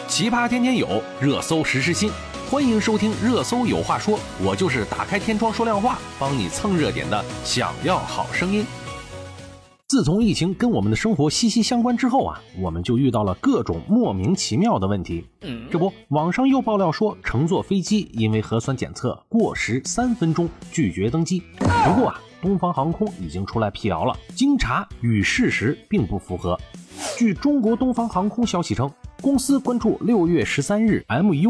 奇葩天天有，热搜时时新。欢迎收听热搜有话说，我就是打开天窗说亮话，帮你蹭热点的想要好声音。自从疫情跟我们的生活息息相关之后啊，我们就遇到了各种莫名其妙的问题。这不，网上又爆料说乘坐飞机因为核酸检测过时3分钟拒绝登机。不过啊，东方航空已经出来辟谣了，经查与事实并不符合。据中国东方航空消息称，公司关注6月13日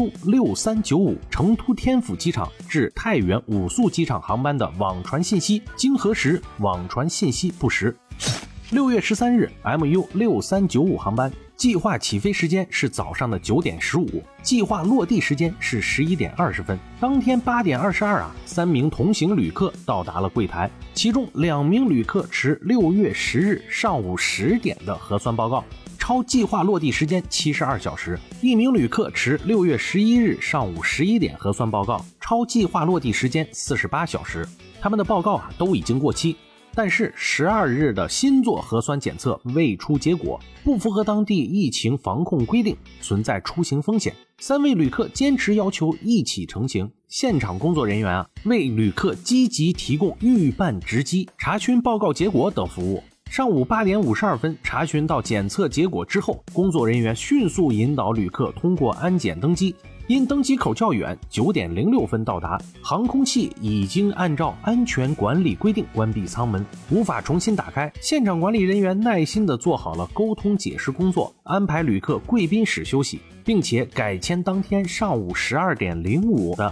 MU6395 成都天府机场至太原五宿机场航班的网传信息，经核实，网传信息不实。6月13日 MU6395 航班计划起飞时间是早上的9点15，计划落地时间是11点20分。当天8点22啊，3名同行旅客到达了柜台，其中2名旅客持6月10日上午10点的核酸报告，超计划落地时间72小时。1名旅客持6月11日上午11点核酸报告，超计划落地时间48小时。他们的报告啊都已经过期。但是12日的新做核酸检测未出结果，不符合当地疫情防控规定，存在出行风险。3位旅客坚持要求一起成行，现场工作人员为旅客积极提供预办值机、查询报告结果等服务。上午8点52分查询到检测结果之后，工作人员迅速引导旅客通过安检登机。因登机口较远，9点06分到达，航空器已经按照安全管理规定关闭舱门，无法重新打开。现场管理人员耐心地做好了沟通解释工作，安排旅客贵宾室休息，并且改签当天上午12点05的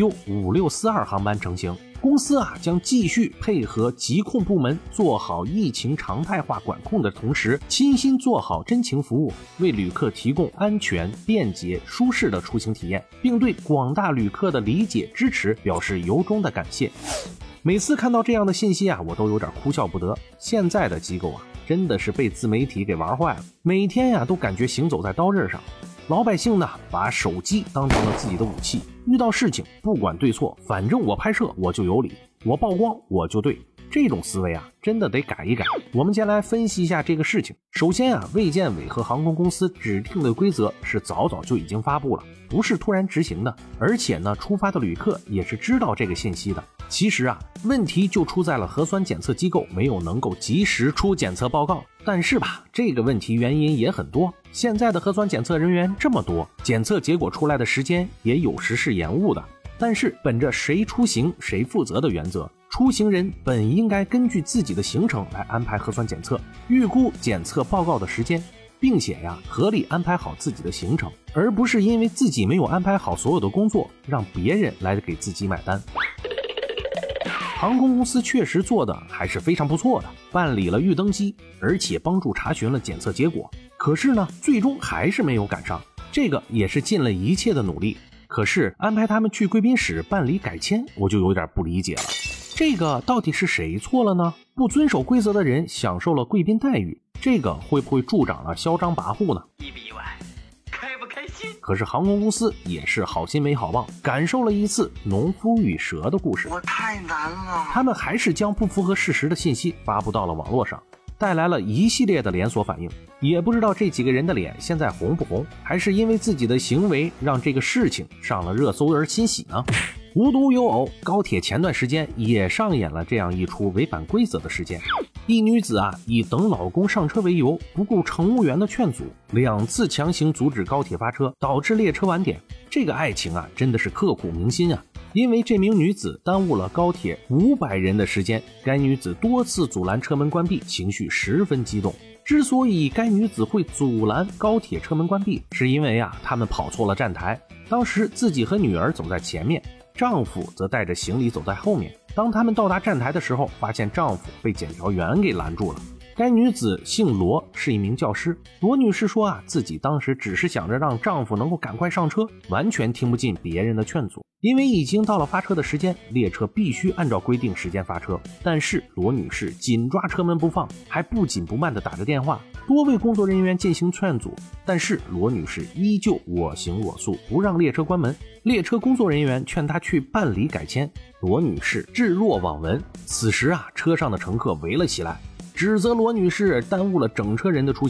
MU5642 航班成行。公司将继续配合疾控部门做好疫情常态化管控的同时，倾心做好真情服务，为旅客提供安全、便捷、舒适的出行体验，并对广大旅客的理解支持表示由衷的感谢。每次看到这样的信息我都有点哭笑不得。现在的机构真的是被自媒体给玩坏了，每天都感觉行走在刀刃上。老百姓呢，把手机当成了自己的武器，遇到事情不管对错，反正我拍摄我就有理，我曝光我就对。这种思维真的得改一改。我们先来分析一下这个事情。首先卫健委和航空公司指定的规则是早就已经发布了，不是突然执行的，而且呢，出发的旅客也是知道这个信息的。其实问题就出在了核酸检测机构没有能够及时出检测报告。但是这个问题原因也很多。现在的核酸检测人员这么多，检测结果出来的时间也有时是延误的。但是本着谁出行谁负责的原则，出行人本应该根据自己的行程来安排核酸检测，预估检测报告的时间，并且合理安排好自己的行程，而不是因为自己没有安排好所有的工作，让别人来给自己买单。航空公司确实做的还是非常不错的，办理了预登机，而且帮助查询了检测结果。可是呢，最终还是没有赶上，这个也是尽了一切的努力。可是安排他们去贵宾室办理改签，我就有点不理解了。这个到底是谁错了呢？不遵守规则的人享受了贵宾待遇，这个会不会助长了嚣张跋扈呢？意不意外？开不开心？可是航空公司也是好心没好报，感受了一次农夫与蛇的故事。我太难了。他们还是将不符合事实的信息发布到了网络上，带来了一系列的连锁反应。也不知道这几个人的脸现在红不红，还是因为自己的行为让这个事情上了热搜而欣喜呢？无独有偶，高铁前段时间也上演了这样一出违反规则的事件。一女子以等老公上车为由，不顾乘务员的劝阻，2次强行阻止高铁发车，导致列车晚点。这个爱情真的是刻骨铭心因为这名女子耽误了高铁500人的时间，该女子多次阻拦车门关闭，情绪十分激动。之所以该女子会阻拦高铁车门关闭，是因为他们跑错了站台，当时自己和女儿走在前面，丈夫则带着行李走在后面。当他们到达站台的时候，发现丈夫被检调员给拦住了。该女子姓罗，是一名教师。罗女士说自己当时只是想着让丈夫能够赶快上车，完全听不进别人的劝阻。因为已经到了发车的时间，列车必须按照规定时间发车。但是罗女士紧抓车门不放，还不紧不慢地打着电话，多位工作人员进行劝阻，但是罗女士依旧我行我素，不让列车关门。列车工作人员劝她去办理改签，罗女士置若罔闻。此时车上的乘客围了起来，指责罗女士耽误了整车人的出行。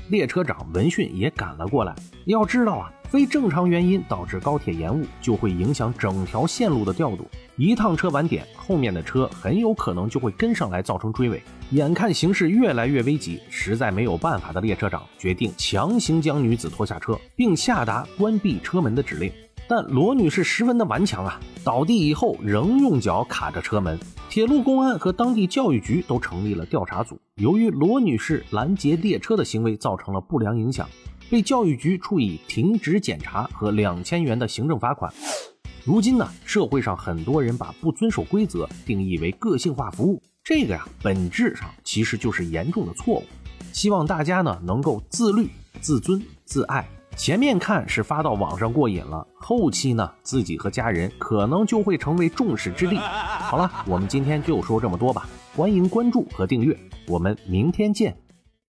列车长闻讯也赶了过来。要知道啊，非正常原因导致高铁延误，就会影响整条线路的调度。一趟车晚点，后面的车很有可能就会跟上来，造成追尾。眼看形势越来越危急，实在没有办法的列车长决定强行将女子拖下车，并下达关闭车门的指令。但罗女士十分的顽强啊，倒地以后仍用脚卡着车门。铁路公安和当地教育局都成立了调查组。由于罗女士拦截列车的行为造成了不良影响，被教育局处以停职检查和2000元的行政罚款。如今呢，社会上很多人把不遵守规则定义为个性化服务，这个呀，本质上其实就是严重的错误。希望大家呢能够自律、自尊、自爱。前面看是发到网上过瘾了，后期呢自己和家人可能就会成为众矢之的。好了，我们今天就说这么多吧，欢迎关注和订阅，我们明天见。